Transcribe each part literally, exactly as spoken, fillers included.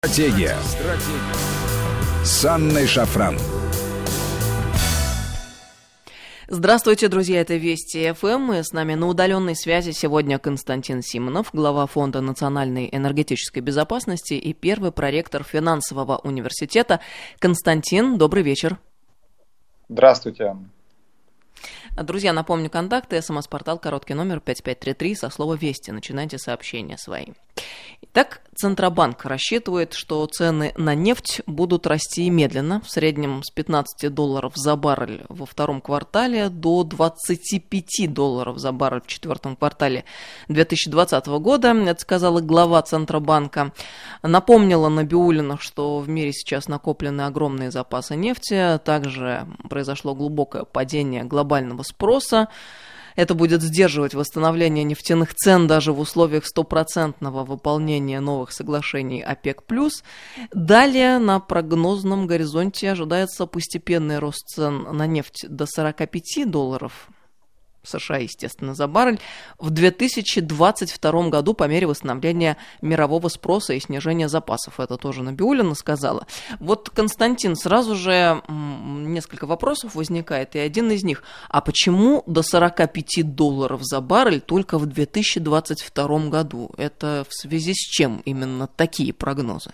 Стратегия. Стратегия. С Анной Шафран. Здравствуйте, друзья, это Вести эф эм, и с нами на удаленной связи сегодня Константин Симонов, глава Фонда национальной энергетической безопасности и первый проректор финансового университета. Константин, добрый вечер. Здравствуйте, Анна. Друзья, напомню, контакты, смс-портал, короткий номер пять пять три три, со слова «Вести». Начинайте сообщения свои. Итак, Центробанк рассчитывает, что цены на нефть будут расти медленно, в среднем с пятнадцати долларов за баррель во втором квартале до двадцати пяти долларов за баррель в четвертом квартале две тысячи двадцатого года, это сказала глава Центробанка. Напомнила Набиуллина, что в мире сейчас накоплены огромные запасы нефти, также произошло глубокое падение глобального спроса. Это будет сдерживать восстановление нефтяных цен даже в условиях стопроцентного выполнения новых соглашений ОПЕК+. Далее на прогнозном горизонте ожидается постепенный рост цен на нефть до сорока пяти долларов США, естественно, за баррель в две тысячи двадцать втором году по мере восстановления мирового спроса и снижения запасов. Это тоже Набиуллина сказала. Вот, Константин, сразу же м, несколько вопросов возникает, и один из них. А почему до сорока пяти долларов за баррель только в две тысячи двадцать втором году? Это в связи с чем именно такие прогнозы?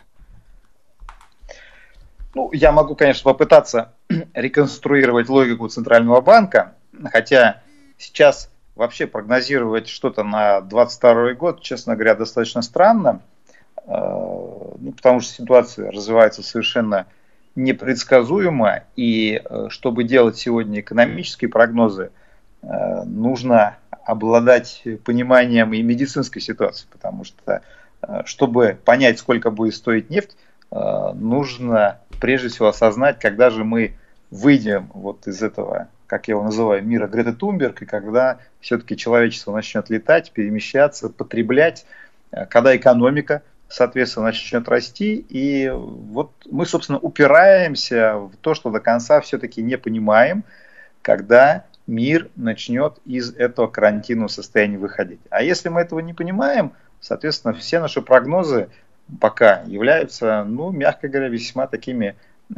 Ну, я могу, конечно, попытаться реконструировать логику Центрального банка, хотя сейчас вообще прогнозировать что-то на двадцать второй год, честно говоря, достаточно странно, ну, потому что ситуация развивается совершенно непредсказуемо, и чтобы делать сегодня экономические прогнозы, нужно обладать пониманием и медицинской ситуации, потому что, чтобы понять, сколько будет стоить нефть, нужно прежде всего осознать, когда же мы выйдем вот из этого, как я его называю, мира Греты Тунберг, и когда все-таки человечество начнет летать, перемещаться, потреблять, когда экономика, соответственно, начнет расти. И вот мы, собственно, упираемся в то, что до конца все-таки не понимаем, когда мир начнет из этого карантинного состояния выходить. А если мы этого не понимаем, соответственно, все наши прогнозы пока являются, ну, мягко говоря, весьма такими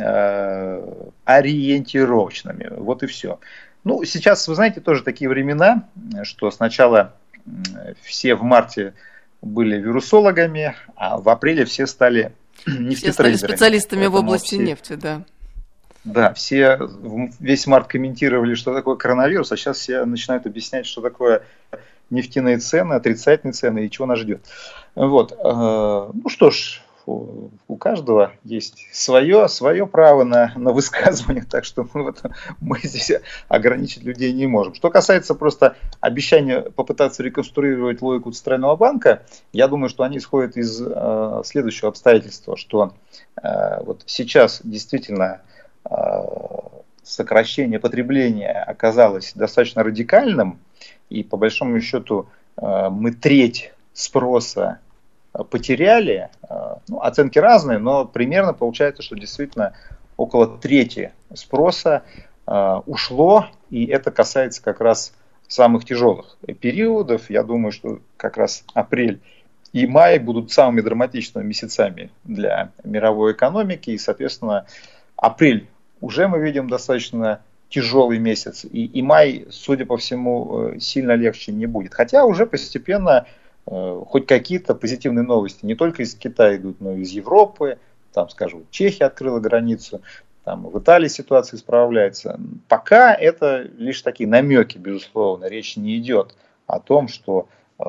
ориентировочными. Вот и все. Ну, сейчас, вы знаете, тоже такие времена, что сначала все в марте были вирусологами, а в апреле все стали нефтетрейдерами. Все стали специалистами Поэтому в области все, нефти, да. Да, все весь март комментировали, что такое коронавирус, а сейчас все начинают объяснять, что такое нефтяные цены, отрицательные цены и чего нас ждет. Вот. Ну что ж, у каждого есть свое, свое право на, на высказывание, так что мы, вот, мы здесь ограничить людей не можем. Что касается просто обещания попытаться реконструировать логику Центрального банка, я думаю, что они исходят из э, следующего обстоятельства, что э, вот сейчас действительно э, сокращение потребления оказалось достаточно радикальным, и по большому счету э, мы треть спроса потеряли, ну, оценки разные, но примерно получается, что действительно около трети спроса э, ушло, и это касается как раз самых тяжелых периодов. Я думаю, что как раз апрель и май будут самыми драматичными месяцами для мировой экономики, и, соответственно, апрель уже мы видим достаточно тяжелый месяц, и, и май, судя по всему, сильно легче не будет. Хотя уже постепенно хоть какие-то позитивные новости не только из Китая идут, но и из Европы. Там, скажем, Чехия открыла границу, там в Италии ситуация исправляется. Пока это лишь такие намеки, безусловно. Речь не идет о том, что э,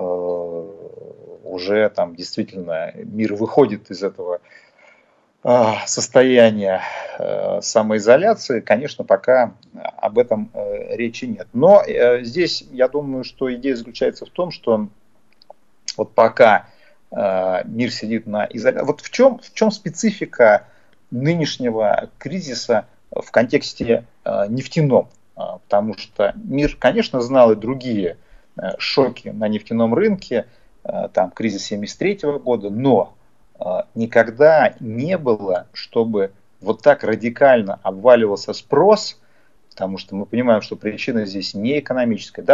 уже там действительно мир выходит из этого э, состояния э, самоизоляции. Конечно, пока об этом э, речи нет. Но э, здесь я думаю, что идея заключается в том, что вот пока э, мир сидит на изоляции. Вот в чем, в чем специфика нынешнего кризиса в контексте э, нефтяном? Э, потому что мир, конечно, знал и другие э, шоки на нефтяном рынке, э, там кризис семьдесят третьего года, но э, никогда не было, чтобы вот так радикально обваливался спрос, потому что мы понимаем, что причина здесь не экономическая. Да, вот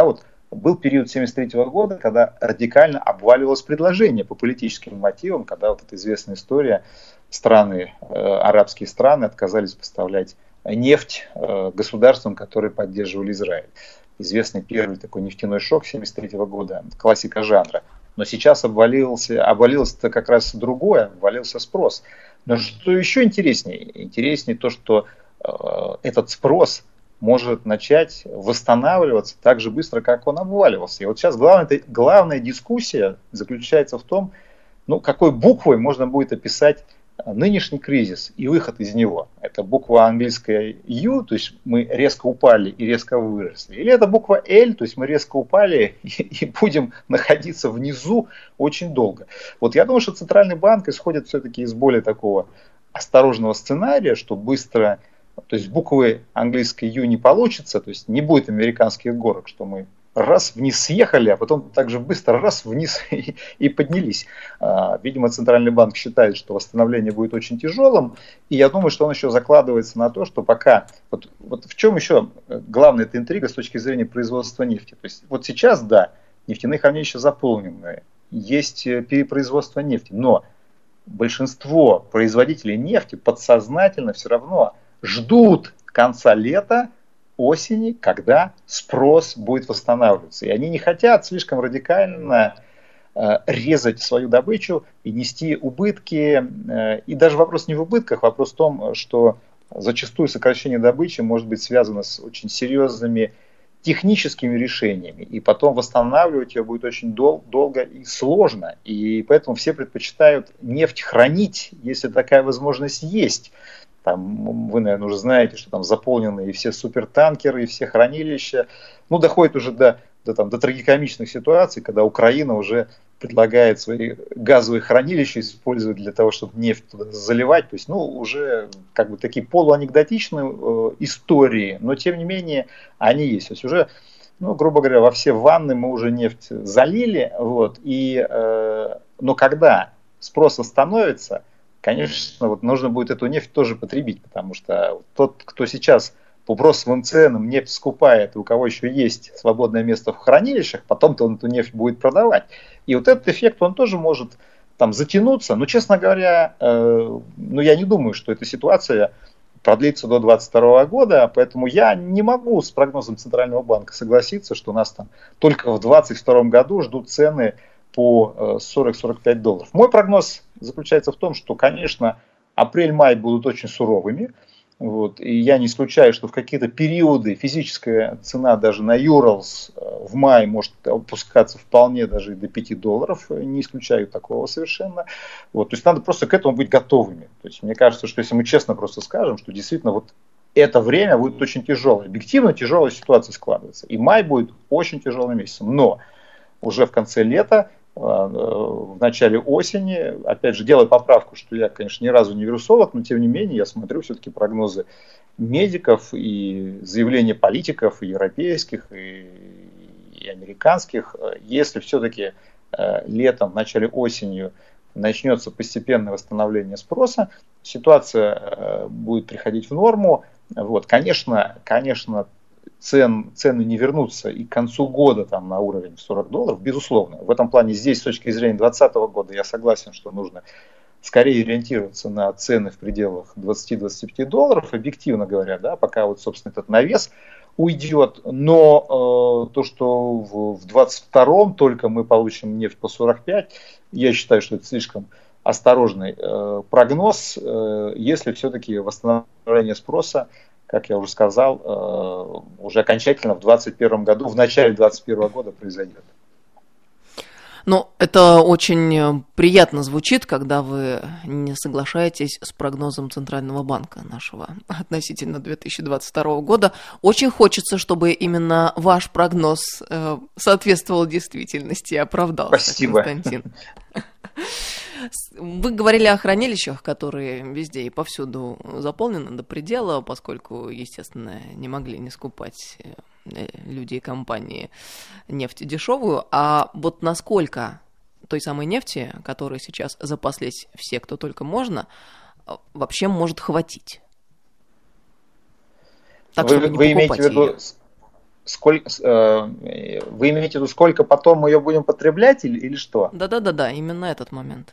был период семьдесят третьего года, когда радикально обваливалось предложение по политическим мотивам, когда вот эта известная история, страны, э, арабские страны отказались поставлять нефть э, государствам, которые поддерживали Израиль. Известный первый такой нефтяной шок семьдесят третьего года, классика жанра. Но сейчас обвалился, обвалилось-то как раз другое, обвалился спрос. Но что еще интереснее? Интереснее то, что э, этот спрос может начать восстанавливаться так же быстро, как он обваливался. И вот сейчас главная, главная дискуссия заключается в том, ну, какой буквой можно будет описать нынешний кризис и выход из него. Это буква английская U, то есть мы резко упали и резко выросли. Или это буква L, то есть мы резко упали и, и будем находиться внизу очень долго. Вот я думаю, что Центральный банк исходит все-таки из более такого осторожного сценария, что быстро, то есть буквы английской U не получится, то есть не будет американских горок, что мы раз вниз съехали, а потом также быстро раз вниз и, и поднялись. А, видимо, Центральный банк считает, что восстановление будет очень тяжелым, и я думаю, что он еще закладывается на то, что пока... Вот, вот в чем еще главная эта интрига с точки зрения производства нефти? То есть вот сейчас, да, нефтяные хранилища заполнены, есть перепроизводство нефти, но большинство производителей нефти подсознательно все равно ждут конца лета, осени, когда спрос будет восстанавливаться. И они не хотят слишком радикально э, резать свою добычу и нести убытки. Э, и даже вопрос не в убытках, вопрос в том, что зачастую сокращение добычи может быть связано с очень серьезными техническими решениями. И потом восстанавливать ее будет очень дол- долго и сложно. И поэтому все предпочитают нефть хранить, если такая возможность есть. Там, вы, наверное, уже знаете, что там заполнены и все супертанкеры, и все хранилища. Ну, доходит уже до, до, там, до трагикомичных ситуаций, когда Украина уже предлагает свои газовые хранилища использовать для того, чтобы нефть туда заливать. То есть, ну, уже как бы такие полуанекдотичные э, истории, но тем не менее они есть. То есть уже, ну, грубо говоря, во все ванны мы уже нефть залили. Вот, и, э, но когда спрос восстановится, конечно, вот нужно будет эту нефть тоже потребить, потому что тот, кто сейчас по бросовым ценам нефть скупает, и у кого еще есть свободное место в хранилищах, потом-то он эту нефть будет продавать. И вот этот эффект, он тоже может там затянуться. Но, честно говоря, э, ну, я не думаю, что эта ситуация продлится до две тысячи двадцать второго года, поэтому я не могу с прогнозом Центрального банка согласиться, что нас там только в две тысячи двадцать втором году ждут цены по сорок-сорок пять долларов. Мой прогноз заключается в том, что, конечно, апрель-май будут очень суровыми. Вот, и я не исключаю, что в какие-то периоды физическая цена даже на Urals в мае может опускаться вполне даже до пяти долларов. Не исключаю такого совершенно. Вот, то есть надо просто к этому быть готовыми. То есть мне кажется, что если мы честно просто скажем, что действительно вот это время будет очень тяжелое. Объективно тяжелая ситуация складывается. И май будет очень тяжелым месяцем. Но уже в конце лета, в начале осени, опять же, делаю поправку, что я, конечно, ни разу не вирусолог, но тем не менее я смотрю все-таки прогнозы медиков и заявления политиков и европейских, и, и американских. Если все-таки летом, в начале осенью начнется постепенное восстановление спроса, ситуация будет приходить в норму. Вот, конечно, конечно, Цен, цены не вернутся и к концу года там, на уровень сорок долларов, безусловно. В этом плане здесь с точки зрения две тысячи двадцатого года я согласен, что нужно скорее ориентироваться на цены в пределах двадцать-двадцать пять долларов, объективно говоря, да, пока вот, собственно, этот навес уйдет. Но э, то, что в, в двадцать втором только мы получим нефть по сорок пять, я считаю, что это слишком осторожный э, прогноз, э, если все-таки восстановление спроса, как я уже сказал, уже окончательно в двадцать первом году, в начале двадцать первого года произойдет. Ну, это очень приятно звучит, когда вы не соглашаетесь с прогнозом Центрального банка нашего относительно две тысячи двадцать второго года. Очень хочется, чтобы именно ваш прогноз соответствовал действительности и оправдался. Спасибо. Константин. Вы говорили о хранилищах, которые везде и повсюду заполнены до предела, поскольку, естественно, не могли не скупать люди и компании нефть дешевую. А вот насколько той самой нефти, которой сейчас запаслись все, кто только можно, вообще может хватить? Так, вы чтобы не вы покупать имеете в виду ее. сколько, э, вы имеете в виду, сколько потом мы ее будем потреблять или, или что? Да-да-да, именно этот момент.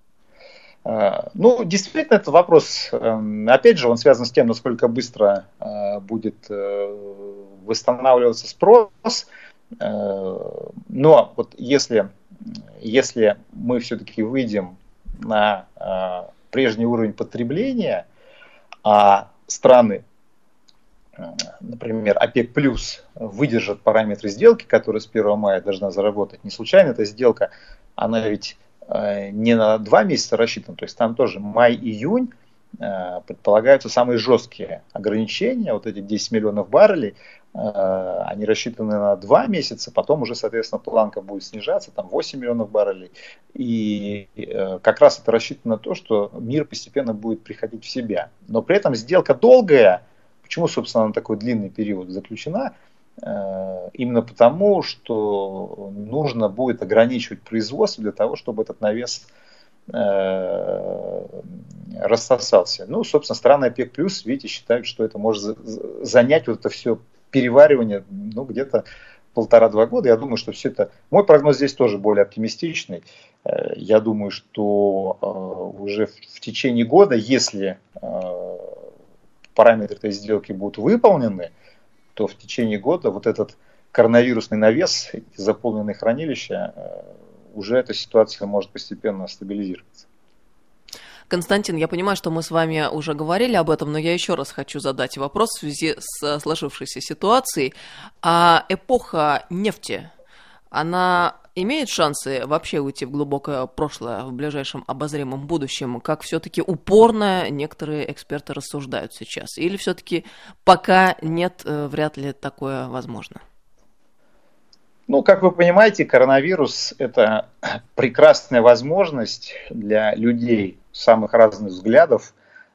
Ну, действительно, это вопрос, опять же, он связан с тем, насколько быстро будет восстанавливаться спрос. Но вот если, если мы все-таки выйдем на прежний уровень потребления, а страны, например, ОПЕК+, выдержат параметры сделки, которая с первого мая должна заработать, не случайно эта сделка, она ведь не на два месяца рассчитан, то есть там тоже май-июнь предполагаются самые жесткие ограничения, вот эти десять миллионов баррелей, они рассчитаны на два месяца, потом уже, соответственно, планка будет снижаться, там восемь миллионов баррелей, и как раз это рассчитано на то, что мир постепенно будет приходить в себя. Но при этом сделка долгая, почему, собственно, на такой длинный период заключена? Именно потому, что нужно будет ограничивать производство для того, чтобы этот навес рассосался. Ну, собственно, страны ОПЕК+, видите, считают, что это может занять вот это все переваривание, ну, где-то полтора-два года. Я думаю, что все это... Мой прогноз здесь тоже более оптимистичный. Я думаю, что уже в течение года, если параметры этой сделки будут выполнены, то в течение года вот этот коронавирусный навес, эти заполненные хранилища, уже эта ситуация может постепенно стабилизироваться. Константин, я понимаю, что мы с вами уже говорили об этом, но я еще раз хочу задать вопрос в связи с сложившейся ситуацией. А эпоха нефти, она имеет шансы вообще уйти в глубокое прошлое в ближайшем обозримом будущем, как все-таки упорно некоторые эксперты рассуждают сейчас? Или все-таки пока нет, вряд ли такое возможно? Ну, как вы понимаете, коронавирус – это прекрасная возможность для людей самых разных взглядов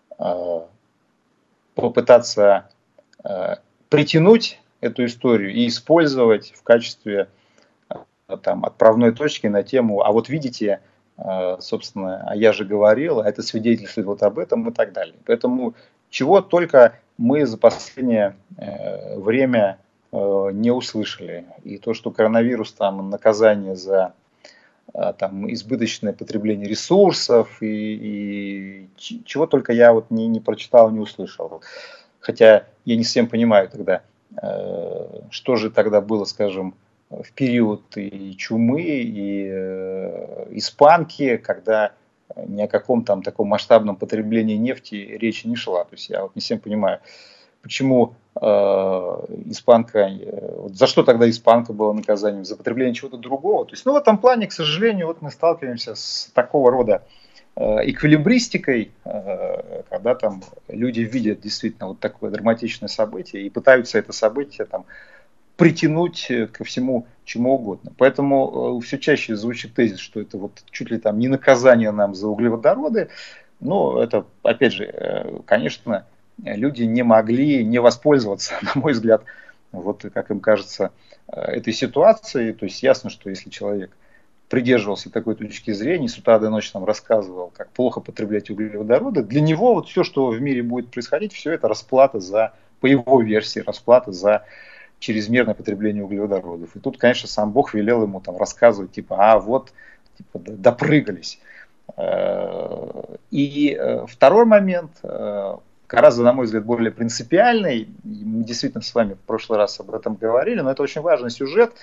попытаться притянуть эту историю и использовать в качестве там, отправной точки на тему, а вот видите, собственно, а я же говорил, а это свидетельствует вот об этом и так далее. Поэтому чего только мы за последнее время не услышали. И то, что коронавирус там наказание за там, избыточное потребление ресурсов и, и чего только я вот не, не прочитал, не услышал. Хотя я не совсем понимаю тогда, что же тогда было, скажем, в период и чумы, и э, испанки, когда ни о каком там таком масштабном потреблении нефти речи не шла. То есть я вот не совсем понимаю, почему э, испанка, э, вот за что тогда испанка была наказанием? За потребление чего-то другого? То есть, ну, в этом плане, к сожалению, вот мы сталкиваемся с такого рода э, эквилибристикой, э, когда там люди видят действительно вот такое драматичное событие и пытаются это событие там притянуть ко всему чему угодно. Поэтому э, все чаще звучит тезис, что это вот чуть ли там не наказание нам за углеводороды. Но это, опять же, э, конечно, люди не могли не воспользоваться, на мой взгляд, вот как им кажется, этой ситуацией. То есть ясно, что если человек придерживался такой точки зрения, с утра до ночи там рассказывал, как плохо потреблять углеводороды, для него вот все, что в мире будет происходить, все это расплата за, по его версии, расплата за чрезмерное потребление углеводородов. И тут, конечно, сам Бог велел ему там рассказывать, типа, а вот, типа, допрыгались. И второй момент, гораздо, на мой взгляд, более принципиальный, мы действительно с вами в прошлый раз об этом говорили, но это очень важный сюжет,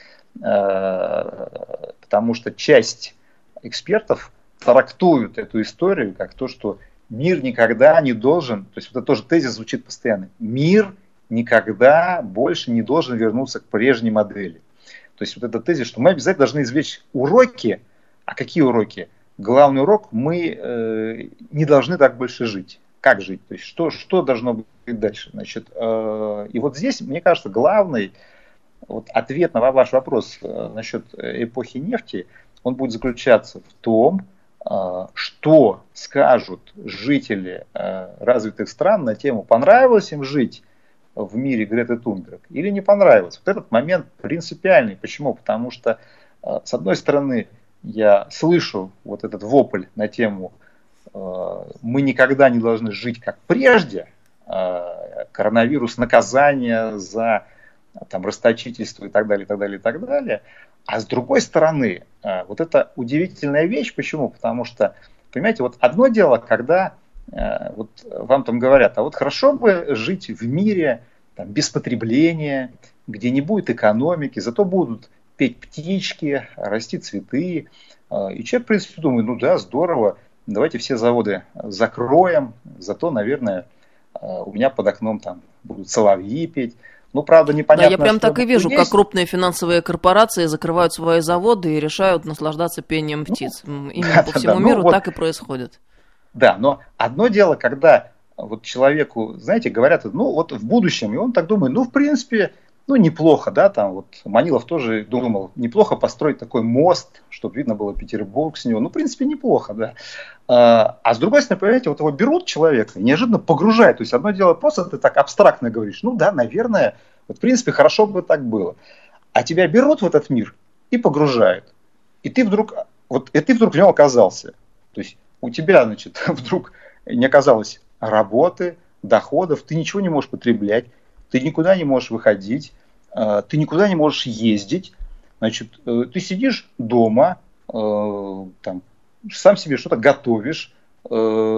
потому что часть экспертов трактуют эту историю как то, что мир никогда не должен, то есть вот это тоже тезис звучит постоянно, мир никогда больше не должен вернуться к прежней модели. То есть вот этот тезис, что мы обязательно должны извлечь уроки. А какие уроки? Главный урок, мы э, не должны так больше жить. Как жить? То есть что, что должно быть дальше? Значит, э, и вот здесь, мне кажется, главный вот, ответ на ваш вопрос э, насчет эпохи нефти, он будет заключаться в том, э, что скажут жители э, развитых стран на тему, понравилось им жить в мире Греты Тунберг или не понравилось. Вот этот момент принципиальный. Почему? Потому что, с одной стороны, я слышу вот этот вопль на тему «мы никогда не должны жить как прежде», коронавирус, наказание за там, расточительство и так далее, и так далее, и так далее. А с другой стороны, вот это удивительная вещь. Почему? Потому что, понимаете, вот одно дело, когда вот вам там говорят, а вот хорошо бы жить в мире там, без потребления, где не будет экономики, зато будут петь птички, расти цветы. И человек, в принципе, думает, ну да, здорово, давайте все заводы закроем, зато, наверное, у меня под окном там будут соловьи петь. Ну, правда, непонятно. Да, я прям так и вижу, есть. Как крупные финансовые корпорации закрывают свои заводы и решают наслаждаться пением птиц. Ну, Именно да, по всему да, миру ну, так вот, и происходит. Да, но одно дело, когда вот человеку, знаете, говорят, ну, вот в будущем, и он так думает, ну, в принципе, ну, неплохо, да, там вот Манилов тоже думал, неплохо построить такой мост, чтобы видно было Петербург с него. Ну, в принципе, неплохо, да. А, а с другой стороны, понимаете, вот его берут человека, неожиданно погружают. То есть одно дело, просто ты так абстрактно говоришь, ну да, наверное, вот, в принципе, хорошо бы так было. А тебя берут в этот мир и погружают. И ты вдруг, вот, и ты вдруг в нем оказался. То есть у тебя, значит, вдруг не оказалось работы, доходов, ты ничего не можешь потреблять, ты никуда не можешь выходить, ты никуда не можешь ездить, значит, ты сидишь дома, там, сам себе что-то готовишь, и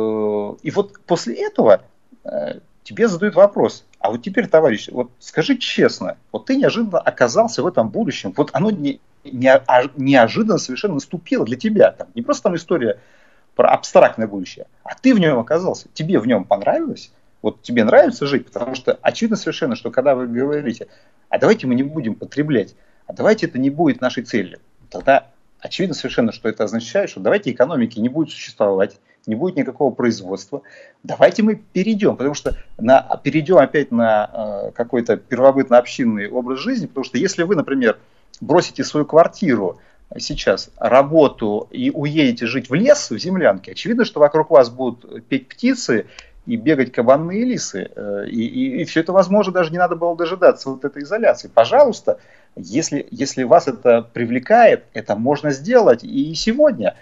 вот после этого тебе задают вопрос, а вот теперь, товарищ, вот скажи честно, вот ты неожиданно оказался в этом будущем, вот оно не, не, неожиданно совершенно наступило для тебя, там, не просто там история про абстрактное будущее, а ты в нем оказался, тебе в нем понравилось? Вот тебе нравится жить, потому что очевидно совершенно, что когда вы говорите, а давайте мы не будем потреблять, а давайте это не будет нашей целью, тогда очевидно совершенно, что это означает, что давайте экономики не будет существовать, не будет никакого производства, давайте мы перейдем, потому что на, перейдем опять на э, какой-то первобытно-общинный образ жизни, потому что если вы, например, бросите свою квартиру сейчас, работу и уедете жить в лес, в землянке, очевидно, что вокруг вас будут петь птицы, и бегать кабаны и лисы. И, и, и все это возможно, даже не надо было дожидаться вот этой изоляции. Пожалуйста, если, если вас это привлекает, это можно сделать и сегодня.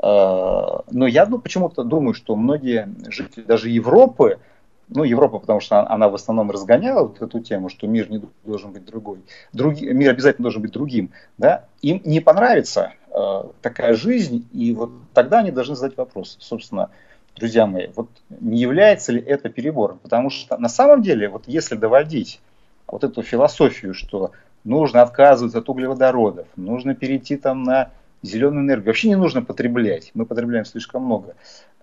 Но я ну, почему-то думаю, что многие жители даже Европы, ну Европа, потому что она в основном разгоняла вот эту тему, что мир не должен быть другой, други, мир обязательно должен быть другим, да, им не понравится такая жизнь, и вот тогда они должны задать вопрос, собственно, друзья мои, вот не является ли это перебором? Потому что на самом деле, вот если доводить вот эту философию, что нужно отказываться от углеводородов, нужно перейти там на зеленую энергию, вообще не нужно потреблять, мы потребляем слишком много.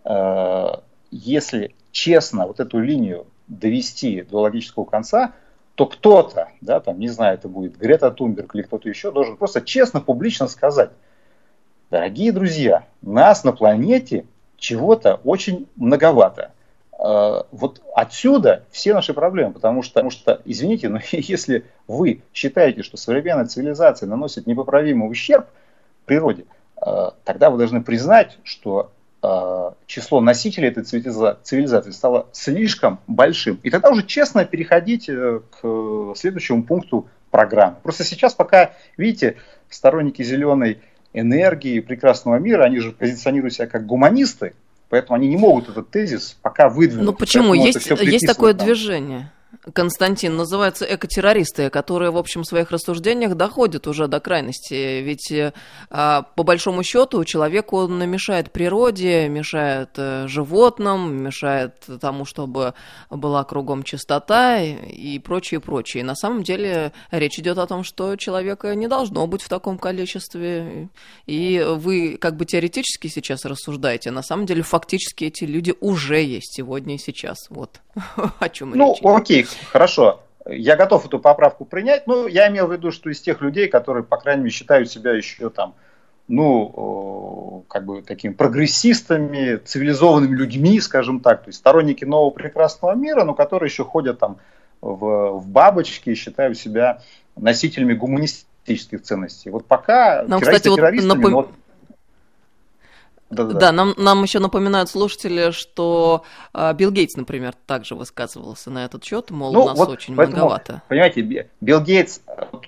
Если честно вот эту линию довести до логического конца, то кто-то, да, там, не знаю, это будет Грета Тунберг или кто-то еще, должен просто честно, публично сказать, дорогие друзья, нас на планете чего-то очень многовато. Вот отсюда все наши проблемы, потому что, потому что, извините, но если вы считаете, что современная цивилизация наносит непоправимый ущерб природе, тогда вы должны признать, что число носителей этой цивилизации стало слишком большим. И тогда уже честно переходить к следующему пункту программы. Просто сейчас пока, видите, сторонники зеленой энергии, прекрасного мира, они же позиционируют себя как гуманисты, поэтому они не могут этот тезис пока выдвинуть. Ну почему? Есть, есть такое нам. движение. Константин, называется экотеррористы, которые, в общем, в своих рассуждениях доходят уже до крайности. Ведь, а, по большому счету, человеку он мешает природе, мешает а, животным, мешает тому, чтобы была кругом чистота и, и прочее, прочее. И на самом деле речь идет о том, что человека не должно быть в таком количестве. И вы как бы теоретически сейчас рассуждаете, а на самом деле фактически эти люди уже есть сегодня и сейчас. Вот о чем ну, речь. Ну, окей. Хорошо, я готов эту поправку принять, но я имел в виду, что из тех людей, которые, по крайней мере, считают себя еще там, ну, как бы такими прогрессистами, цивилизованными людьми, скажем так, то есть сторонники нового прекрасного мира, но которые еще ходят там в, в бабочки и считают себя носителями гуманистических ценностей. Вот пока Нам, кстати, вот напом... но... Да, да, да. Нам, нам еще напоминают слушатели, что э, Билл Гейтс, например, также высказывался на этот счет, мол, ну, у нас вот очень поэтому, многовато. Понимаете, Билл Гейтс,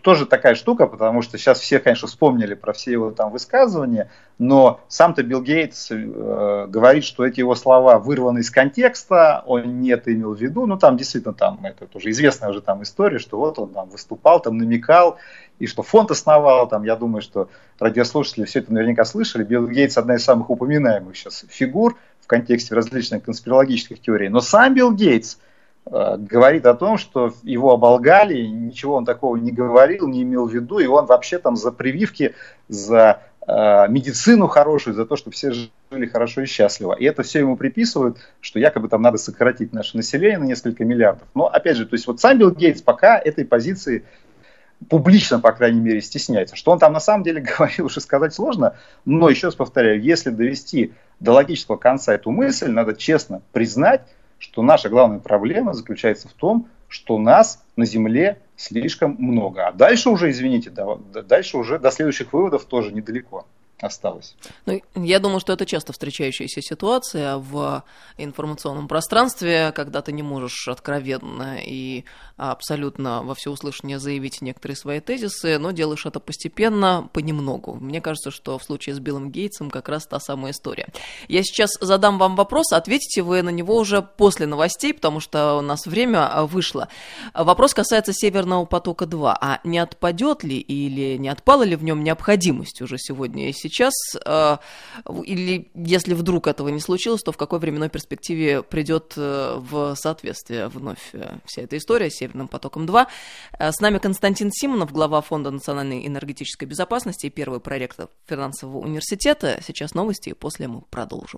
тоже такая штука, потому что сейчас все, конечно, вспомнили про все его там высказывания, но сам-то Билл Гейтс э, говорит, что эти его слова вырваны из контекста, он не это имел в виду, ну там действительно там, это тоже известная уже там история, что вот он там выступал, там намекал, и что фонд основал, там, я думаю, что радиослушатели все это наверняка слышали, Билл Гейтс одна из самых упоминаемых сейчас фигур в контексте различных конспирологических теорий, но сам Билл Гейтс говорит о том, что его оболгали, ничего он такого не говорил, не имел в виду, и он вообще там за прививки, за э, медицину хорошую, за то, чтобы все жили хорошо и счастливо. И это все ему приписывают, что якобы там надо сократить наше население на несколько миллиардов. Но опять же, то есть вот сам Билл Гейтс пока этой позиции публично, по крайней мере, стесняется. Что он там на самом деле говорил, уже сказать сложно, но еще раз повторяю, если довести до логического конца эту мысль, надо честно признать, что наша главная проблема заключается в том, что нас на Земле слишком много. А дальше уже, извините, да, дальше уже до следующих выводов тоже недалеко осталось. Ну, я думаю, что это часто встречающаяся ситуация в информационном пространстве, когда ты не можешь откровенно и абсолютно во всеуслышание заявить некоторые свои тезисы, но делаешь это постепенно, понемногу. Мне кажется, что в случае с Биллом Гейтсом как раз та самая история. Я сейчас задам вам вопрос, ответите вы на него уже после новостей, потому что у нас время вышло. Вопрос касается Северного потока-два. А не отпадет ли или не отпала ли в нем необходимость уже сегодня и сейчас? Сейчас, или если вдруг этого не случилось, то в какой временной перспективе придет в соответствие вновь вся эта история с Северным потоком-два. С нами Константин Симонов, глава Фонда национальной энергетической безопасности и первый проректор финансового университета. Сейчас новости, и после мы продолжим.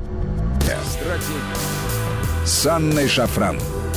С Анной Шафран.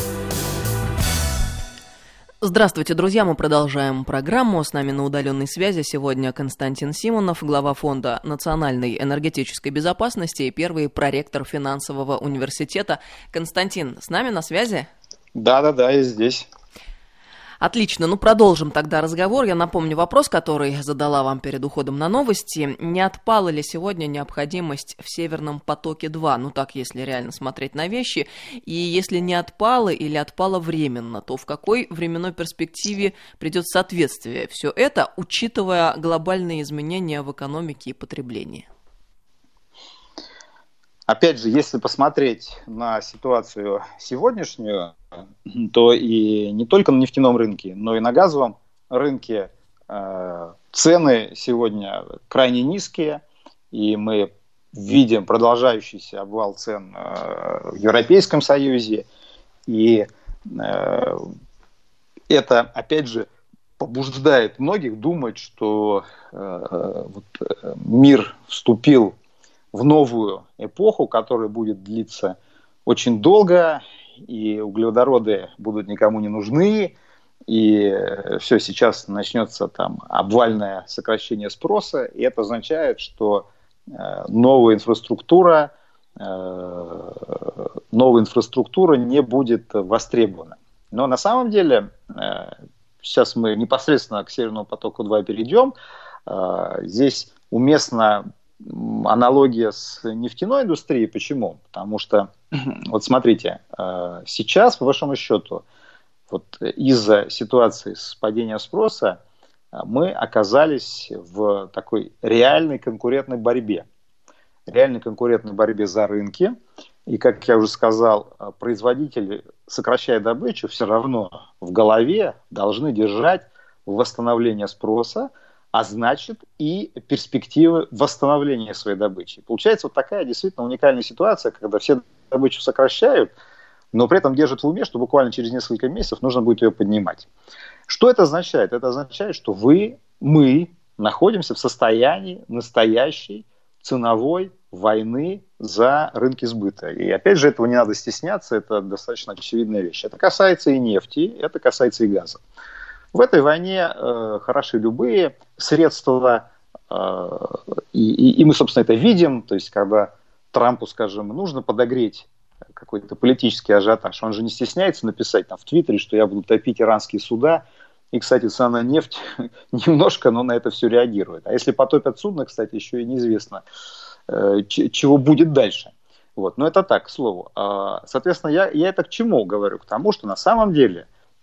Здравствуйте, друзья, мы продолжаем программу. С нами на удаленной связи сегодня Константин Симонов, глава Фонда национальной энергетической безопасности и первый проректор финансового университета. Константин, с нами на связи? Да-да-да, я здесь. Отлично, ну продолжим тогда разговор. Я напомню вопрос, который задала вам перед уходом на новости. Не отпала ли сегодня необходимость в Северном потоке-два? Ну так, если реально смотреть на вещи. И если не отпала или отпала временно, то в какой временной перспективе придет соответствие все это, учитывая глобальные изменения в экономике и потреблении? Опять же, если посмотреть на ситуацию сегодняшнюю, то и не только на нефтяном рынке, но и на газовом рынке э, цены сегодня крайне низкие, и мы видим продолжающийся обвал цен э, в Европейском Союзе, и э, это, опять же, побуждает многих думать, что э, вот, э, мир вступил в новую эпоху, которая будет длиться очень долго, и углеводороды будут никому не нужны, и все, сейчас начнется там обвальное сокращение спроса, и это означает, что э, новая инфраструктура, э, новая инфраструктура не будет востребована. Но на самом деле, э, сейчас мы непосредственно к Северному потоку-два перейдем, э, здесь уместно аналогия с нефтяной индустрией. Почему? Потому что, вот смотрите, сейчас, по большому счету, вот из-за ситуации с падением спроса мы оказались в такой реальной конкурентной борьбе. Реальной конкурентной борьбе за рынки. И, как я уже сказал, производители, сокращая добычу, все равно в голове должны держать восстановление спроса, а значит и перспективы восстановления своей добычи. Получается вот такая действительно уникальная ситуация, когда все добычу сокращают, но при этом держат в уме, что буквально через несколько месяцев нужно будет ее поднимать. Что это означает? Это означает, что вы, мы находимся в состоянии настоящей ценовой войны за рынки сбыта. И опять же, этого не надо стесняться, это достаточно очевидная вещь. Это касается и нефти, это касается и газа. В этой войне э, хороши любые средства, э, и, и, и мы, собственно, это видим. То есть, когда Трампу, скажем, нужно подогреть какой-то политический ажиотаж, он же не стесняется написать там в Твиттере, что я буду топить иранские суда. И, кстати, цена на нефть немножко, но на это все реагирует. А если потопят судно, кстати, еще и неизвестно, э, ч- чего будет дальше. Вот. Но это так, к слову. Соответственно, я, я это к чему говорю? К тому, что на самом деле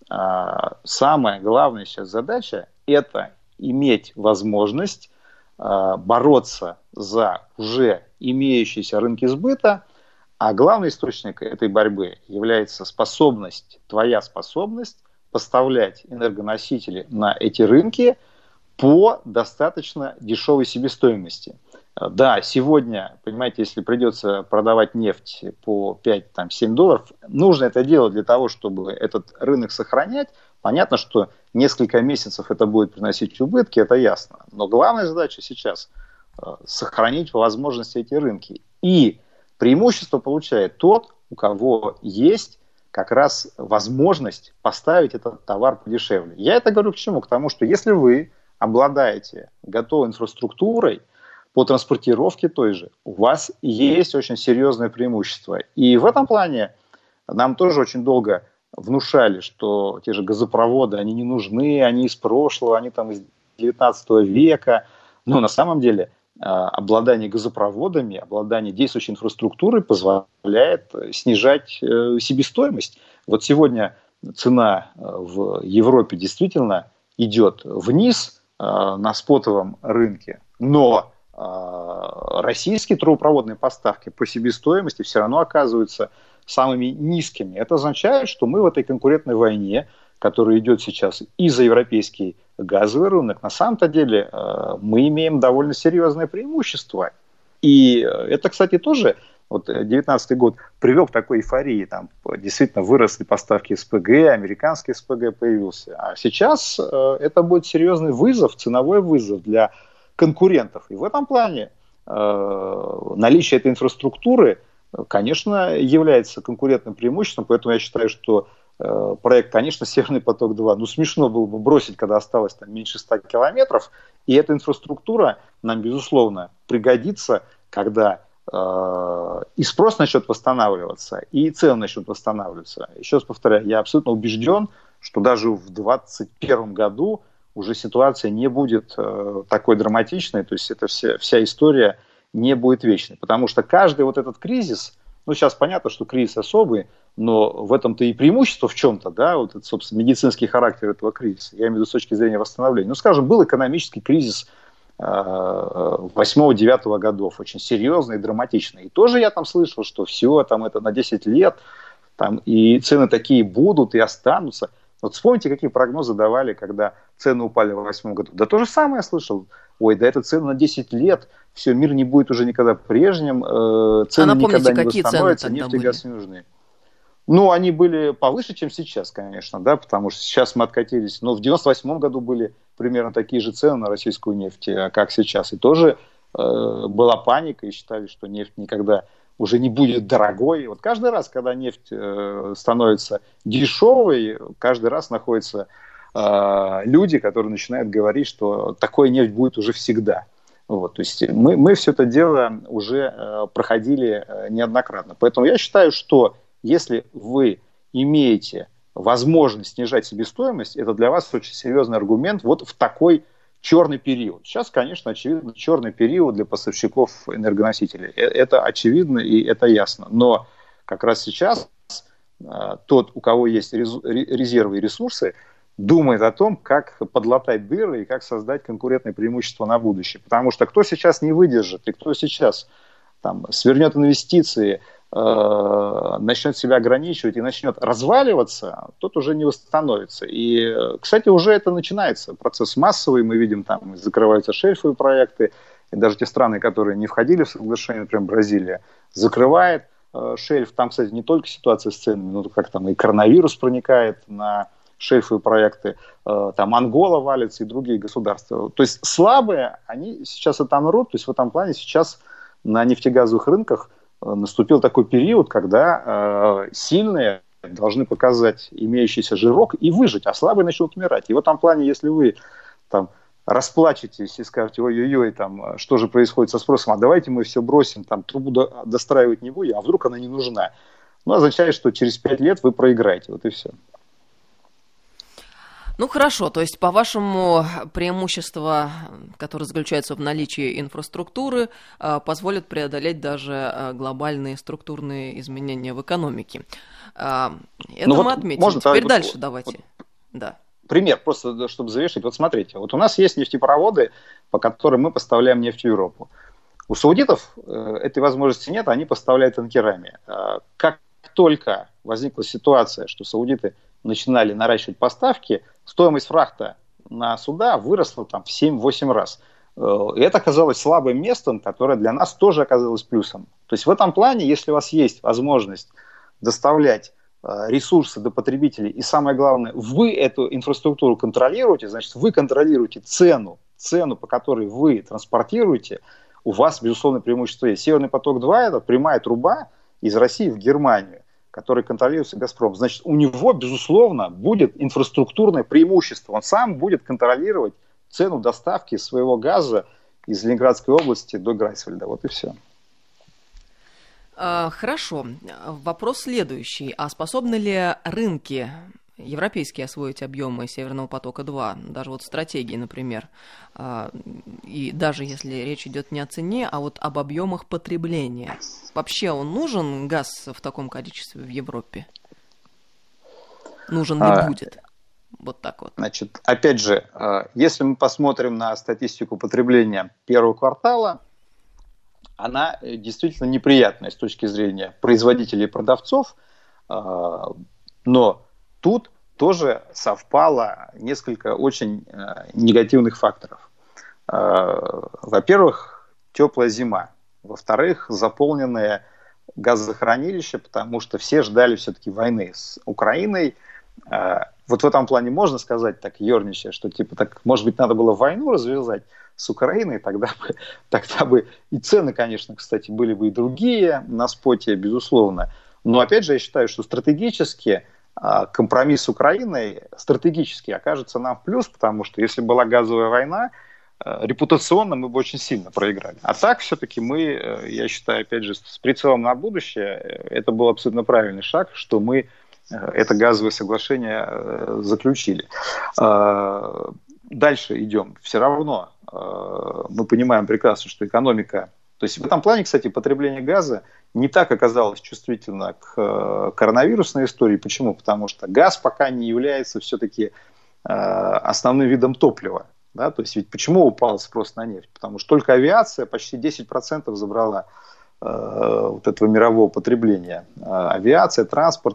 самая главная сейчас задача – это иметь возможность бороться за уже имеющиеся рынки сбыта, а главный источник этой борьбы является способность, твоя способность поставлять энергоносители на эти рынки по достаточно дешевой себестоимости. Да, сегодня, понимаете, если придется продавать нефть по пять-семь долларов, нужно это делать для того, чтобы этот рынок сохранять. Понятно, что несколько месяцев это будет приносить убытки, это ясно. Но главная задача сейчас – сохранить по возможности эти рынки. И преимущество получает тот, у кого есть как раз возможность поставить этот товар подешевле. Я это говорю к чему? К тому, что если вы обладаете готовой инфраструктурой по транспортировке той же, у вас есть очень серьезное преимущество. И в этом плане нам тоже очень долго внушали, что те же газопроводы, они не нужны, они из прошлого, они там из девятнадцатого века. Но на самом деле обладание газопроводами, обладание действующей инфраструктурой позволяет снижать себестоимость. Вот сегодня цена в Европе действительно идет вниз на спотовом рынке, но российские трубопроводные поставки по себестоимости все равно оказываются самыми низкими. Это означает, что мы в этой конкурентной войне, которая идет сейчас и за европейский газовый рынок, на самом-то деле мы имеем довольно серьезное преимущество. И это, кстати, тоже вот девятнадцатый год привел к такой эйфории. Там действительно выросли поставки СПГ, американский СПГ появился. А сейчас это будет серьезный вызов, ценовой вызов для конкурентов. И в этом плане наличие этой инфраструктуры, конечно, является конкурентным преимуществом. Поэтому я считаю, что проект, конечно, Северный поток-два, ну, смешно было бы бросить, когда осталось там меньше ста километров, и эта инфраструктура нам, безусловно, пригодится, когда э, и спрос начнет восстанавливаться, и цены начнут восстанавливаться. Еще раз повторяю, я абсолютно убежден, что даже в двадцать первом году уже ситуация не будет э, такой драматичной, то есть эта вся, вся история не будет вечной, потому что каждый вот этот кризис, ну, сейчас понятно, что кризис особый, но в этом-то и преимущество в чем-то, да, вот это, собственно, медицинский характер этого кризиса, я имею в виду с точки зрения восстановления. Ну, скажем, был экономический кризис восьмого-девятого годов, очень серьезный и драматичный. И тоже я там слышал, что все, там это на десять лет, там и цены такие будут и останутся. Вот вспомните, какие прогнозы давали, когда цены упали в восьмом году. Да то же самое я слышал. Ой, да это цены на десять лет, все, мир не будет уже никогда прежним, э, цены а никогда не восстановятся, нефть и газ не нужны. Ну, они были повыше, чем сейчас, конечно, да, потому что сейчас мы откатились. Но в девяносто восьмом году были примерно такие же цены на российскую нефть, как сейчас. И тоже э, была паника, и считали, что нефть никогда уже не будет дорогой. Вот каждый раз, когда нефть э, становится дешевой, каждый раз находятся э, люди, которые начинают говорить, что такой нефть будет уже всегда. Вот, то есть мы, мы все это дело уже э, проходили э, неоднократно. Поэтому я считаю, что если вы имеете возможность снижать себестоимость, это для вас очень серьезный аргумент вот в такой черный период. Сейчас, конечно, очевидно, черный период для поставщиков энергоносителей. Это очевидно и это ясно. Но как раз сейчас тот, у кого есть резервы и ресурсы, думает о том, как подлатать дыры и как создать конкурентное преимущество на будущее. Потому что кто сейчас не выдержит и кто сейчас там, свернет инвестиции, начнет себя ограничивать и начнет разваливаться, тот уже не восстановится. И, кстати, уже это начинается. Процесс массовый, мы видим, там закрываются шельфовые проекты, и даже те страны, которые не входили в соглашение, например, Бразилия, закрывает шельф. Там, кстати, не только ситуация с ценами, но как там и коронавирус проникает на шельфовые проекты, там Ангола валится и другие государства. То есть слабые, они сейчас отомрут, то есть в этом плане сейчас на нефтегазовых рынках наступил такой период, когда э, сильные должны показать имеющийся жирок и выжить, а слабые начнут умирать. И в этом плане, если вы там расплачетесь и скажете, ой-ой-ой, там, что же происходит со спросом, а давайте мы все бросим, там, трубу до- достраивать не будем, а вдруг она не нужна. Ну, означает, что через пять лет вы проиграете, вот и все. Ну, хорошо, то есть, по-вашему, преимущество, которое заключается в наличии инфраструктуры, позволит преодолеть даже глобальные структурные изменения в экономике. Это ну, мы вот отметили. Можно, Теперь вот, дальше вот, давайте. Вот, Да. Пример, просто чтобы завершить. Вот смотрите, вот у нас есть нефтепроводы, по которым мы поставляем нефть в Европу. У саудитов э, этой возможности нет, они поставляют танкерами. Э, как только возникла ситуация, что саудиты начинали наращивать поставки, стоимость фрахта на суда выросла там в семь-восемь раз. И это оказалось слабым местом, которое для нас тоже оказалось плюсом. То есть в этом плане, если у вас есть возможность доставлять ресурсы до потребителей, и самое главное, вы эту инфраструктуру контролируете, значит, вы контролируете цену, цену, по которой вы транспортируете, у вас, безусловно, преимущество есть. Северный поток-два – это прямая труба из России в Германию, который контролируется «Газпром». Значит, у него, безусловно, будет инфраструктурное преимущество. Он сам будет контролировать цену доставки своего газа из Ленинградской области до Грайсвальда. Вот и все. Хорошо. Вопрос следующий. А способны ли рынки европейские освоить объемы Северного потока-два? Даже вот стратегии, например. И даже если речь идет не о цене, а вот об объемах потребления. Вообще он нужен, газ в таком количестве в Европе? Нужен ли а... будет? Вот так вот. Значит, опять же, если мы посмотрим на статистику потребления первого квартала, она действительно неприятная с точки зрения производителей и продавцов, но тут тоже совпало несколько очень негативных факторов. Во-первых, теплая зима. Во-вторых, заполненные газохранилища, потому что все ждали все-таки войны с Украиной. Вот в этом плане можно сказать, так ерничая, что типа так, может быть, надо было войну развязать с Украиной, тогда бы, тогда бы и цены, конечно, кстати, были бы и другие на споте, безусловно. Но опять же, я считаю, что стратегически компромисс с Украиной стратегически окажется нам в плюс, потому что если была газовая война, репутационно мы бы очень сильно проиграли. А так все-таки мы, я считаю, опять же, с прицелом на будущее, это был абсолютно правильный шаг, что мы это газовое соглашение заключили. Дальше идем. Все равно мы понимаем прекрасно, что экономика... То есть в этом плане, кстати, потребление газа не так оказалось чувствительно к коронавирусной истории. Почему? Потому что газ пока не является все-таки основным видом топлива. Да? То есть ведь почему упал спрос на нефть? Потому что только авиация почти десять процентов забрала вот этого мирового потребления. Авиация, транспорт.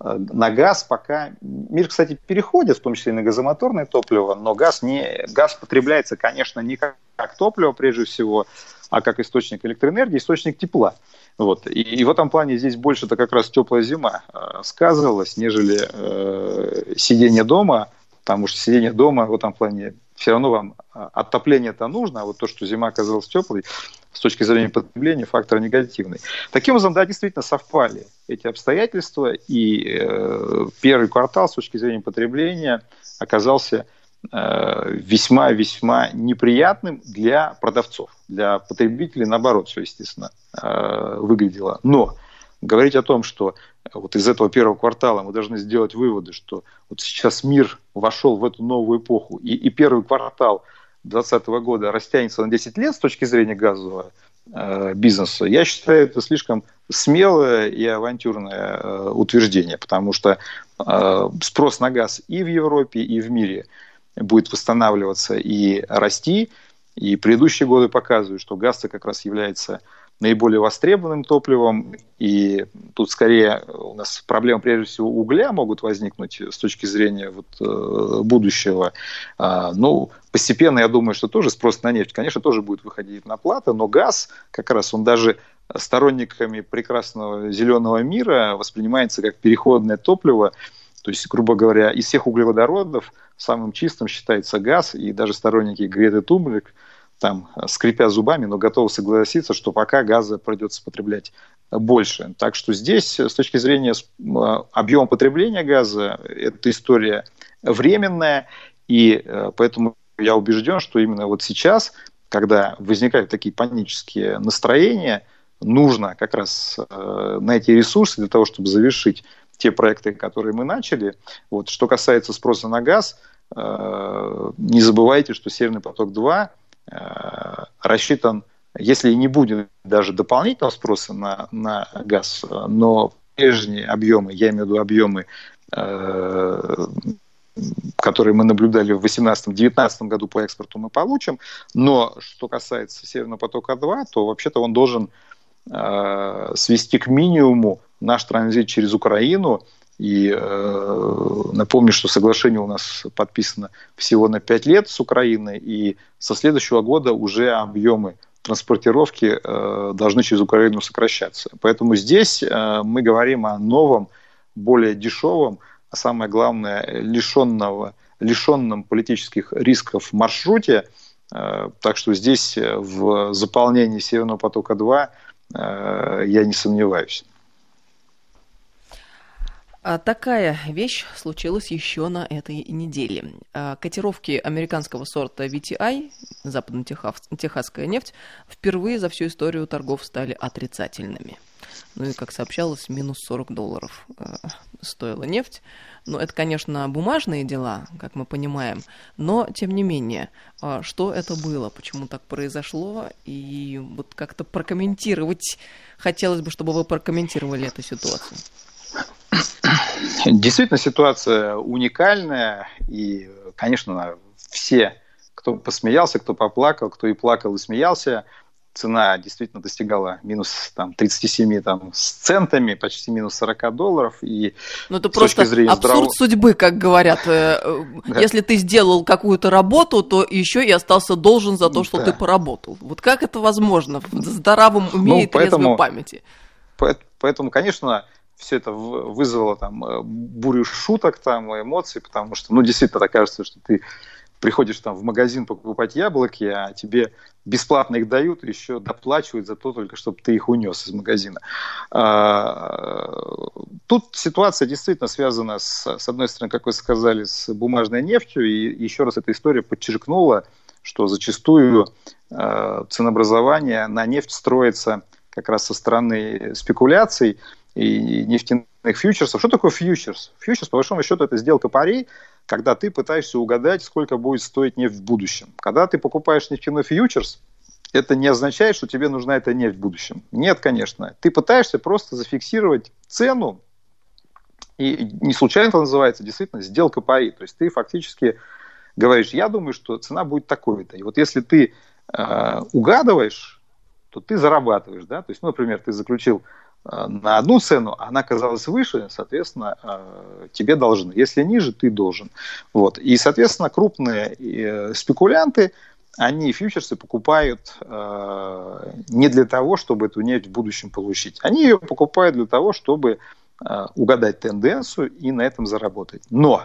На газ пока... Мир, кстати, переходит, в том числе и на газомоторное топливо, но газ, не... газ потребляется, конечно, не как, как топливо, прежде всего, а как источник электроэнергии, источник тепла. Вот. И, и в этом плане здесь больше-то как раз теплая зима э, сказывалась, нежели э, сидение дома, потому что сидение дома в этом плане все равно вам отопление-то нужно, а вот то, что зима оказалась теплой, с точки зрения потребления, фактор негативный. Таким образом, да, действительно совпали эти обстоятельства, и э, первый квартал с точки зрения потребления оказался э, весьма-весьма неприятным для продавцов. Для потребителей, наоборот, все, естественно, э, выглядело. Но говорить о том, что вот из этого первого квартала мы должны сделать выводы, что вот сейчас мир вошел в эту новую эпоху, и, и первый квартал две тысячи двадцатого года растянется на десять лет с точки зрения газового э, бизнеса, я считаю, это слишком смелое и авантюрное э, утверждение, потому что э, спрос на газ и в Европе, и в мире будет восстанавливаться и расти, и предыдущие годы показывают, что газ как раз является наиболее востребованным топливом, и тут скорее у нас проблемы прежде всего угля могут возникнуть с точки зрения вот, э, будущего. А, ну, постепенно, я думаю, что тоже спрос на нефть, конечно, тоже будет выходить на плато, но газ, как раз он даже сторонниками прекрасного зеленого мира воспринимается как переходное топливо, то есть, грубо говоря, из всех углеводородов самым чистым считается газ, и даже сторонники Греты Тунберг, там, скрипя зубами, но готовы согласиться, что пока газа придется потреблять больше. Так что здесь, с точки зрения объема потребления газа, эта история временная, и поэтому я убежден, что именно вот сейчас, когда возникают такие панические настроения, нужно как раз найти ресурсы для того, чтобы завершить те проекты, которые мы начали. Вот. Что касается спроса на газ, не забывайте, что Северный поток-два рассчитан, если и не будет даже дополнительного спроса на, на газ, но прежние объемы, я имею в виду объемы э, которые мы наблюдали в две тысячи восемнадцатом — две тысячи девятнадцатом году по экспорту, мы получим. Но что касается Северного потока-два, то вообще-то он должен э, свести к минимуму наш транзит через Украину. И э, напомню, что соглашение у нас подписано всего на пять лет с Украиной, и со следующего года уже объемы транспортировки э, должны через Украину сокращаться. Поэтому здесь э, мы говорим о новом, более дешевом, а самое главное, лишенного, лишенном политических рисков маршруте. Э, так что здесь в заполнении Северного потока-два э, я не сомневаюсь. Такая вещь случилась еще на этой неделе. Котировки американского сорта ви ти ай, западно-техасская нефть, впервые за всю историю торгов стали отрицательными. Ну и, как сообщалось, минус сорок долларов стоила нефть. Ну, это, конечно, бумажные дела, как мы понимаем, но, тем не менее, что это было, почему так произошло, и вот как-то прокомментировать, хотелось бы, чтобы вы прокомментировали эту ситуацию. Действительно, ситуация уникальная, и, конечно, все, кто посмеялся, кто поплакал, кто и плакал, и смеялся, цена действительно достигала минус там, тридцать семь там, с центами, почти минус сорок долларов. И ну, это просто абсурд здраво... судьбы, как говорят. Да. Если ты сделал какую-то работу, то еще и остался должен за то, что да. ты поработал. Вот как это возможно в здравом уме ну, и трезвой памяти? Поэтому, конечно... Все это вызвало там бурю шуток, там, эмоций, потому что, ну, действительно, так кажется, что ты приходишь там в магазин покупать яблоки, а тебе бесплатно их дают, и еще доплачивают за то только, чтобы ты их унес из магазина. Тут ситуация действительно связана, с, с одной стороны, как вы сказали, с бумажной нефтью, и еще раз эта история подчеркнула, что зачастую ценообразование на нефть строится как раз со стороны спекуляций, и нефтяных фьючерсов. Что такое фьючерс? Фьючерс, по большому счету, это сделка парей, когда ты пытаешься угадать, сколько будет стоить нефть в будущем. Когда ты покупаешь нефтяной фьючерс, это не означает, что тебе нужна эта нефть в будущем. Нет, конечно. Ты пытаешься просто зафиксировать цену, и не случайно это называется действительно сделка пари. То есть ты фактически говоришь, я думаю, что цена будет такой-то. И вот если ты э, угадываешь, то ты зарабатываешь. Да? То есть, ну, например, ты заключил на одну цену, она оказалась выше, соответственно, тебе должны. Если ниже, ты должен. Вот. И, соответственно, крупные спекулянты, они фьючерсы покупают не для того, чтобы эту нефть в будущем получить. Они ее покупают для того, чтобы угадать тенденцию и на этом заработать. Но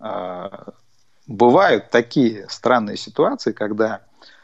бывают такие странные ситуации, когда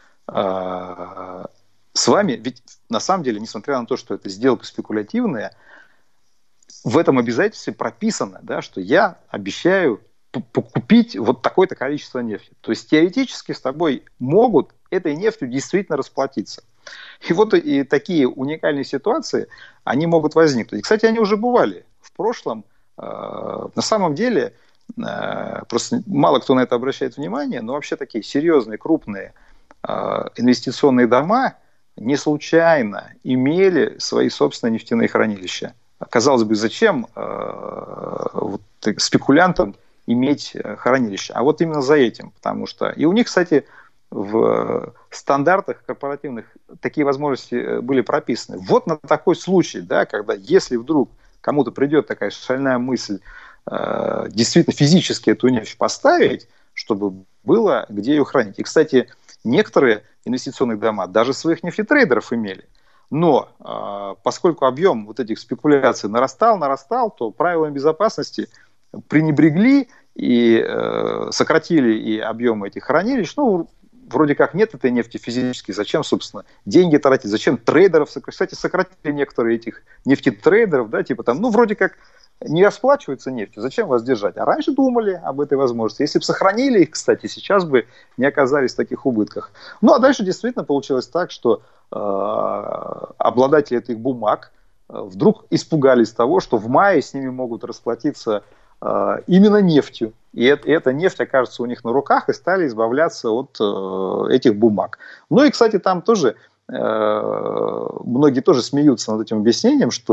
с вами, ведь на самом деле, несмотря на то, что это сделка спекулятивная, в этом обязательстве прописано, да, что я обещаю покупить вот такое-то количество нефти. То есть теоретически с тобой могут этой нефтью действительно расплатиться. И вот и такие уникальные ситуации, они могут возникнуть. И, кстати, они уже бывали в прошлом. На самом деле, просто мало кто на это обращает внимание, но вообще такие серьезные, крупные инвестиционные дома не случайно имели свои собственные нефтяные хранилища. Казалось бы, зачем э, вот, спекулянтам иметь хранилище? А вот именно за этим. Потому что... И у них, кстати, в стандартах корпоративных такие возможности были прописаны. Вот на такой случай, да, когда если вдруг кому-то придет такая шальная мысль э, действительно физически эту нефть поставить, чтобы было где ее хранить. И, кстати, некоторые инвестиционные дома даже своих нефтетрейдеров имели. Но э, поскольку объем вот этих спекуляций нарастал, нарастал, то правилами безопасности пренебрегли и э, сократили и объемы этих хранилищ. Ну, вроде как нет этой нефти физически. Зачем, собственно, деньги тратить? Зачем трейдеров сократить? Кстати, сократили некоторые этих нефтетрейдеров, да, типа там, ну, вроде как не расплачиваются нефтью, зачем вас держать? А раньше думали об этой возможности. Если бы сохранили их, кстати, сейчас бы не оказались в таких убытках. Ну, а дальше действительно получилось так, что э, обладатели этих бумаг э, вдруг испугались того, что в мае с ними могут расплатиться э, именно нефтью. И, это, и эта нефть окажется у них на руках, и стали избавляться от э, этих бумаг. Ну и, кстати, там тоже э, многие тоже смеются над этим объяснением, что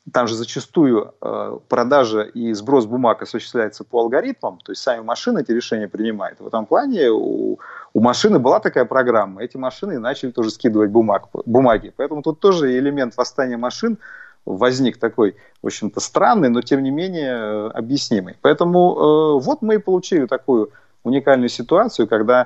там же зачастую продажа и сброс бумаг осуществляется по алгоритмам, то есть сами машины эти решения принимают. В этом плане у, у машины была такая программа, эти машины начали тоже скидывать бумаг, бумаги. Поэтому тут тоже элемент восстания машин возник такой, в общем-то, странный, но тем не менее объяснимый. Поэтому э, вот мы и получили такую уникальную ситуацию, когда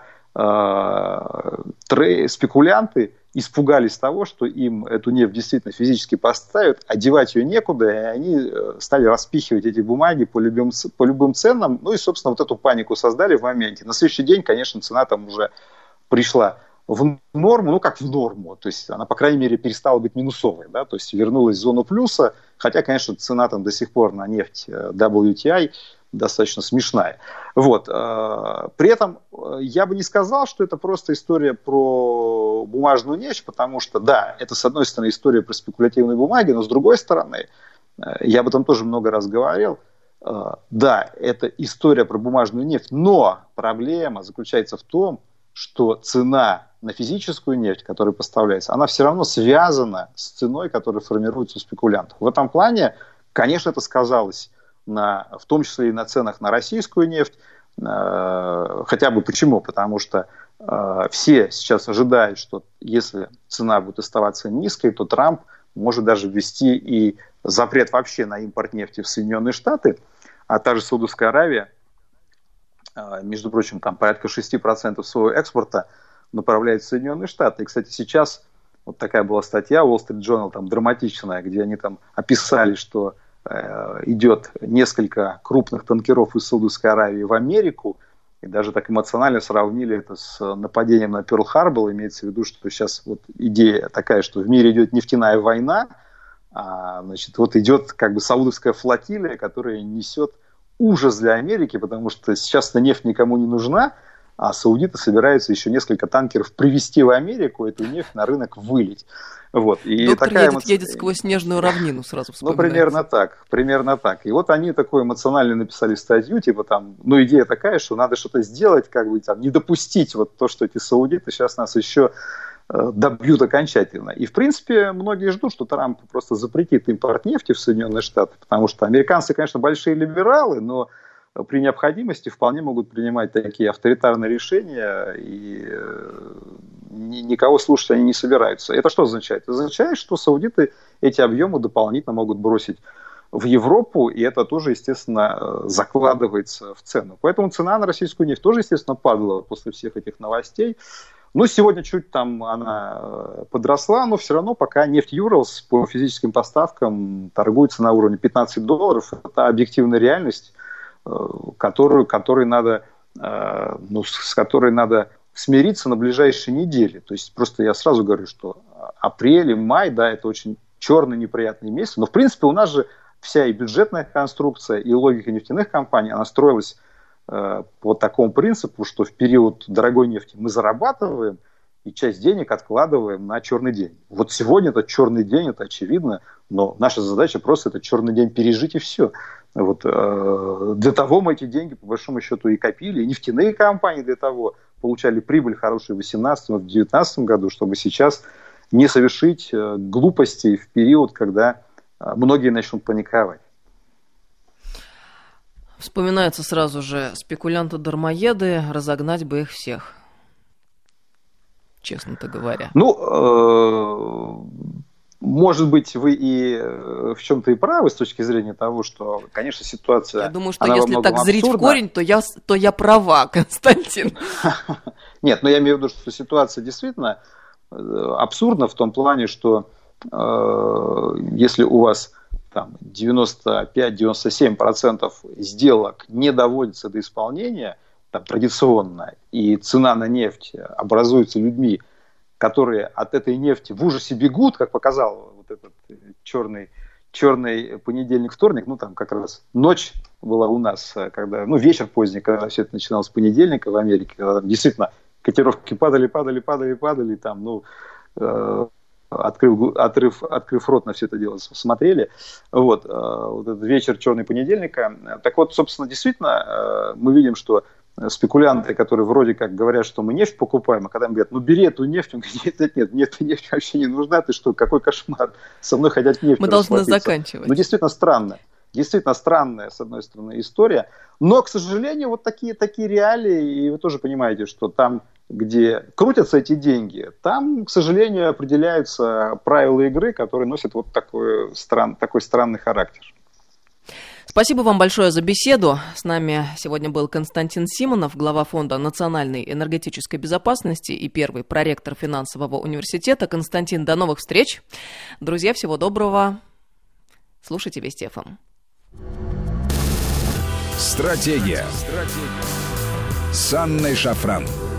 э, трей, спекулянты испугались того, что им эту нефть действительно физически поставят, а девать ее некуда, и они стали распихивать эти бумаги по любым, по любым ценам, ну и, собственно, вот эту панику создали в моменте. На следующий день, конечно, цена там уже пришла в норму, ну как в норму, то есть она, по крайней мере, перестала быть минусовой, да, то есть вернулась в зону плюса, хотя, конечно, цена там до сих пор на нефть дабл ю ти ай достаточно смешная. Вот. При этом я бы не сказал, что это просто история про бумажную нефть, потому что, да, это, с одной стороны, история про спекулятивные бумаги, но с другой стороны, я об этом тоже много раз говорил, да, это история про бумажную нефть, но проблема заключается в том, что цена на физическую нефть, которая поставляется, она все равно связана с ценой, которая формируется у спекулянтов. В этом плане, конечно, это сказалось на, в том числе и на ценах на российскую нефть. Э, хотя бы почему? Потому что э, все сейчас ожидают, что если цена будет оставаться низкой, то Трамп может даже ввести и запрет вообще на импорт нефти в Соединенные Штаты, а та же Саудовская Аравия, э, между прочим, там порядка шесть процентов своего экспорта направляет в Соединенные Штаты. И, кстати, сейчас вот такая была статья Wall Street Journal, там драматичная, где они там описали, что э, идет несколько крупных танкеров из Саудовской Аравии в Америку, и даже так эмоционально сравнили это с нападением на Пёрл-Харбор. Имеется в виду, что сейчас вот идея такая, что в мире идет нефтяная война, а, значит, вот идет как бы саудовская флотилия, которая несет ужас для Америки, потому что сейчас-то нефть никому не нужна, а саудиты собираются еще несколько танкеров привезти в Америку, эту нефть на рынок вылить. Вот. И Доктор такая едет, эмоци... едет сквозь снежную равнину, сразу вспоминается. Ну, примерно так, примерно так. И вот они такой эмоционально написали статью, типа там, ну, идея такая, что надо что-то сделать, как бы там, не допустить вот то, что эти саудиты сейчас нас еще э, добьют окончательно. И, в принципе, многие ждут, что Трамп просто запретит импорт нефти в Соединенные Штаты, потому что американцы, конечно, большие либералы, но при необходимости вполне могут принимать такие авторитарные решения, и никого слушать они не собираются. Это что означает? Это означает, что саудиты эти объемы дополнительно могут бросить в Европу, и это тоже, естественно, закладывается в цену. Поэтому цена на российскую нефть тоже, естественно, падала после всех этих новостей. Ну, сегодня чуть там она подросла, но все равно пока нефть Юралс по физическим поставкам торгуется на уровне пятнадцать долларов. Это объективная реальность, Которую, которой надо, ну, с которой надо смириться на ближайшие недели. То есть просто я сразу говорю, что апрель и май, да, это очень черный неприятный месяц. Но в принципе у нас же вся и бюджетная конструкция, и логика нефтяных компаний, она строилась э, по такому принципу, что в период дорогой нефти мы зарабатываем и часть денег откладываем на черный день. Вот сегодня это черный день, это очевидно, но наша задача просто этот черный день пережить и все. Вот, э, для того мы эти деньги, по большому счету, и копили. И нефтяные компании для того получали прибыль хорошую в две тысячи восемнадцатом - две тысячи девятнадцатом году, чтобы сейчас не совершить э, глупостей в период, когда э, многие начнут паниковать. Вспоминаются сразу же спекулянты-дармоеды, разогнать бы их всех, честно-то говоря. Ну, э, может быть, вы и в чем-то и правы с точки зрения того, что, конечно, ситуация... Я думаю, что если так зрить в корень, то я, то я права, Константин. Нет, но я имею в виду, что ситуация действительно абсурдна в том плане, что э, если у вас там девяносто пять - девяносто семь процентов сделок не доводится до исполнения, там, традиционно, и цена на нефть образуется людьми, которые от этой нефти в ужасе бегут, как показал вот этот черный, черный понедельник, вторник, ну там как раз ночь была у нас, когда, ну вечер поздний, когда все это начиналось с понедельника в Америке, когда там действительно котировки падали, падали, падали, падали, там, ну, э, открыв, отрыв, открыв рот на все это дело, смотрели. Вот, э, вот этот вечер черный понедельника. Так вот, собственно, действительно, э, мы видим, что спекулянты, которые вроде как говорят, что мы нефть покупаем, а когда им говорят, ну бери эту нефть, он говорит, нет, нет, нет, мне эта нефть вообще не нужна, ты что, какой кошмар, со мной хотят нефть Мы должны заканчивать. Ну, действительно странно. Действительно странная, с одной стороны, история. Но, к сожалению, вот такие, такие реалии, и вы тоже понимаете, что там, где крутятся эти деньги, там, к сожалению, определяются правила игры, которые носят вот такой, стран, такой странный характер. Спасибо вам большое за беседу. С нами сегодня был Константин Симонов, глава Фонда национальной энергетической безопасности и первый проректор финансового университета. Константин, до новых встреч. Друзья, всего доброго. Слушайте Вести эф эм. Стратегия. Стратегия. С Анной Шафран.